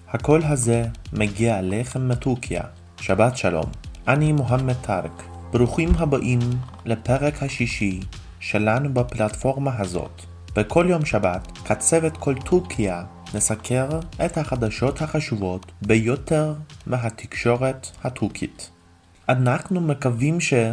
הקול הזה מגיע לכם מטורקיה. שבת שלום, אני מוחמד טארק. ברוכים הבאים לפרק השישי שלנו בפלטפורמה הזאת. בכל יום שבת, כצוות כל טורקיה, נסקר את החדשות החשובות ביותר מהתקשורת הטורקית. אנחנו מקווים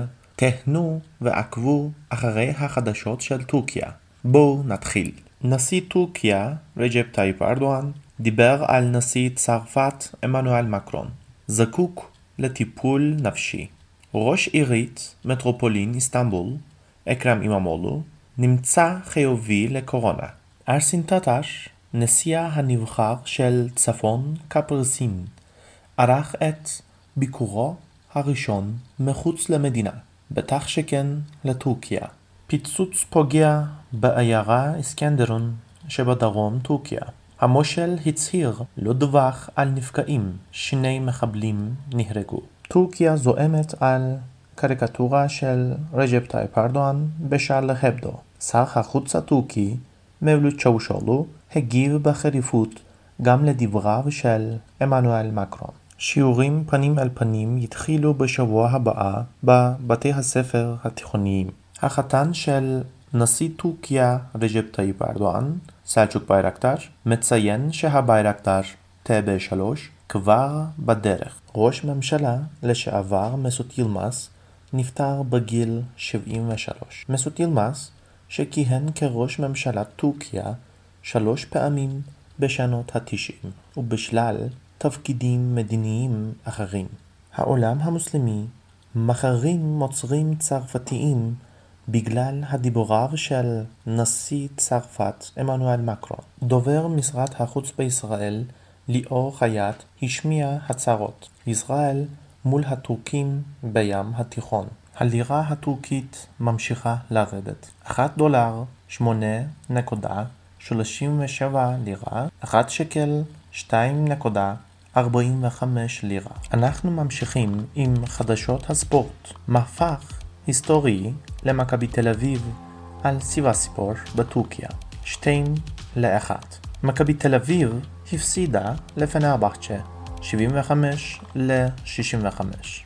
שתהנו ועקבו אחרי החדשות של טורקיה. בואו נתחיל. נשיא טורקיה, רג'פ טאיפ ארדואן, דיבר על נשיא צרפת, עמנואל מקרון. זקוק לטיפול נפשי. ראש עירית מטרופולין איסטנבול, אכרם אימאמוגלו, נמצא חיובי לקורונה. ארסין טאטש, נשיא הנבחר של צפון קפריסין, ערך את ביקורו הראשון מחוץ למדינה, בטח שכן לטורקיה. פיצוץ פוגע בעיירה איסקנדרון שבדרום טורקיה. המושל הצהיר לא דווח על נפגעים, 2 מחבלים נהרגו. טורקיה זועמת על קריקטורה של רג'פ טאיפ ארדואן בשארלי הבדו. שר החוץ הטורקי מבלוט צ'אושוגלו הגיב בחריפות גם לדבריו של עמנואל מקרון. שיעורים פנים אל פנים יתחילו בשבוע הבא בבתי הספר התיכוניים. החתן של נשיא טורקיה רג'פ טאיפ ארדואן, סלצ'וק ביירקטר, מציין שהביירקטר TB3 כבר בדרך. ראש ממשלה לשעבר מסות ילמס נפטר בגיל 73. מסות ילמס, שכיהן כראש ממשלת טורקיה 3 פעמים בשנות ה-90 ובשלל תפקידים מדיניים אחרים. העולם המוסלמי מחרים מוצרים צרפתיים בגלל הדיבוריו של נשיא צרפת עמנואל מקרון. דובר משרד החוץ בישראל ליאור חייט השמיע הצהרות. ישראל מול הטורקים בים התיכון. הלירה הטורקית ממשיכה לרדת. $1 8.37 לירה, 1 שקל 2.45 לירה. אנחנו ממשיכים עם חדשות הספורט. מהפך היסטורי למכבי תל אביב על סיבספור בטורקיה, 2-1. מכבי תל אביב הפסידה לפנרבחצ'ה 75-65.